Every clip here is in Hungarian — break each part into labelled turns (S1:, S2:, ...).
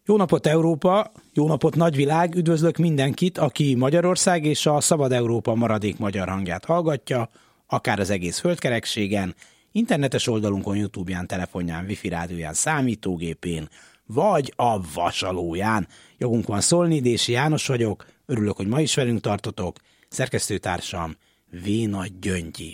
S1: Jó napot Európa, jó napot nagyvilág, üdvözlök mindenkit, aki Magyarország és a Szabad Európa maradék magyar hangját hallgatja, akár az egész földkerekségen, internetes oldalunkon, YouTube-ján, telefonján, wifi rádióján, számítógépén, vagy a vasalóján. Jogunk van szólni, Dési János vagyok, örülök, hogy ma is velünk tartotok, szerkesztőtársam Véna Gyöngyi.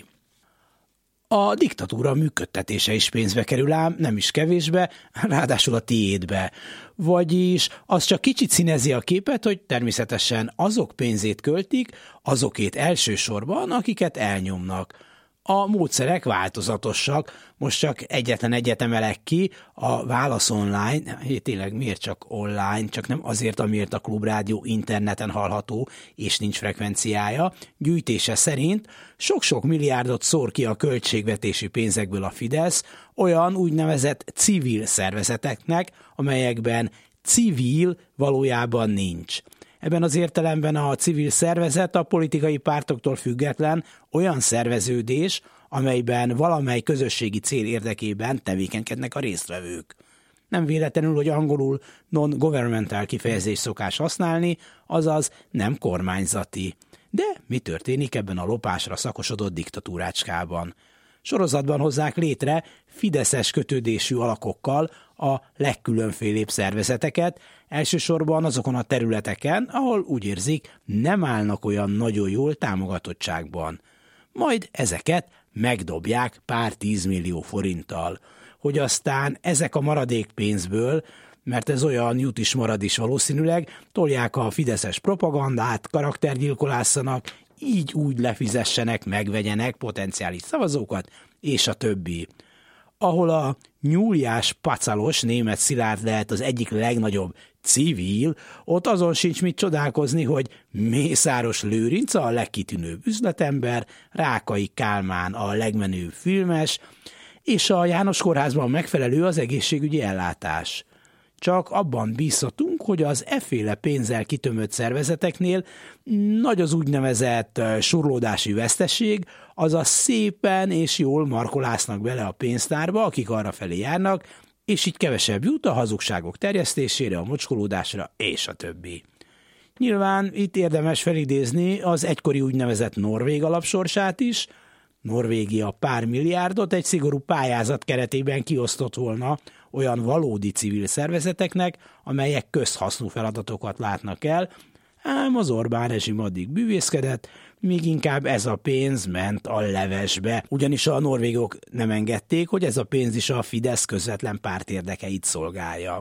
S1: A diktatúra működtetése is pénzbe kerül ám, nem is kevésbe, ráadásul a tiédbe. Vagyis az csak kicsit színezi a képet, hogy természetesen azok pénzét költik, azokét elsősorban, akiket elnyomnak. A módszerek változatosak, most csak egyet emelek ki, a Válasz Online, tényleg miért csak online, csak nem azért, amiért a Klubrádió interneten hallható, és nincs frekvenciája, gyűjtése szerint sok-sok milliárdot szór ki a költségvetési pénzekből a Fidesz olyan úgynevezett civil szervezeteknek, amelyekben civil valójában nincs. Ebben az értelemben a civil szervezet a politikai pártoktól független olyan szerveződés, amelyben valamely közösségi cél érdekében tevékenykednek a résztvevők. Nem véletlenül, hogy angolul non-governmental kifejezést szokás használni, azaz nem kormányzati. De mi történik ebben a lopásra szakosodott diktatúrácskában? Sorozatban hozzák létre fideszes kötődésű alakokkal a legkülönfélébb szervezeteket, elsősorban azokon a területeken, ahol úgy érzik, nem állnak olyan nagyon jól támogatottságban. Majd ezeket megdobják pár 10 millió forinttal, hogy aztán ezek a maradék pénzből, mert ez olyan jut is marad is valószínűleg, tolják a fideszes propagandát, karaktergyilkolászanak, így úgy lefizessenek, megvegyenek potenciális szavazókat, és a többi. Ahol a nyúljás pacalos német Szilárd lehet az egyik legnagyobb civil, ott azon sincs mit csodálkozni, hogy Mészáros Lőrinc a legkitűnőbb üzletember, Rákai Kálmán a legmenőbb filmes, és a János Kórházban megfelelő az egészségügyi ellátás. Csak abban bízhatunk, hogy az efféle pénzzel kitömött szervezeteknél nagy az úgynevezett surlódási veszteség, azaz szépen és jól markolásznak bele a pénztárba, akik arra felé járnak, és így kevesebb jut a hazugságok terjesztésére, a mocskolódásra és a többi. Nyilván itt érdemes felidézni az egykori úgynevezett norvég alapsorsát is. Norvégia pár milliárdot egy szigorú pályázat keretében kiosztott volna olyan valódi civil szervezeteknek, amelyek közhasznú feladatokat látnak el, ám az Orbán rezsim addig bűvészkedett, míg inkább ez a pénz ment a levesbe, ugyanis a norvégok nem engedték, hogy ez a pénz is a Fidesz közvetlen pártérdekeit szolgálja.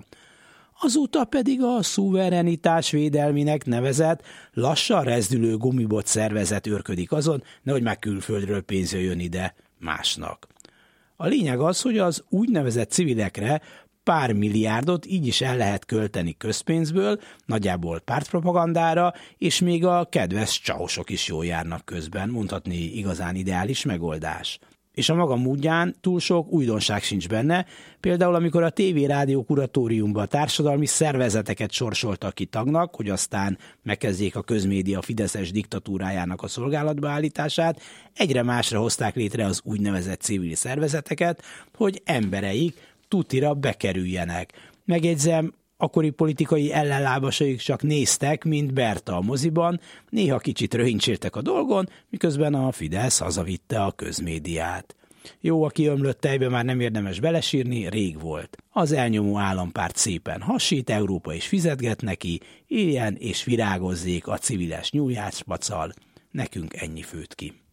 S1: Azóta pedig a szuverenitás védelminek nevezett, lassan rezdülő gumibot szervezet őrködik azon, nehogy már külföldről pénz jöjjön ide másnak. A lényeg az, hogy az úgynevezett civilekre pár milliárdot így is el lehet költeni közpénzből, nagyjából pártpropagandára, és még a kedves csahosok is jól járnak közben, mondhatni igazán ideális megoldás. És a maga módján túl sok újdonság sincs benne, például amikor a TV-rádió kuratóriumba társadalmi szervezeteket sorsoltak ki tagnak, hogy aztán megkezdjék a közmédia fideszes diktatúrájának a szolgálatba állítását, egyre másra hozták létre az úgynevezett civil szervezeteket, hogy embereik tutira bekerüljenek. Megjegyzem, akkori politikai ellenlábasaik csak néztek, mint Berta a moziban, néha kicsit röhincséltek a dolgon, miközben a Fidesz hazavitte a közmédiát. Jó, aki ömlött tejbe, már nem érdemes belesírni, rég volt. Az elnyomó állampárt szépen hasít, Európa is fizetget neki, éljen és virágozzék a civiles nyúljáspacal. Nekünk ennyi főt ki.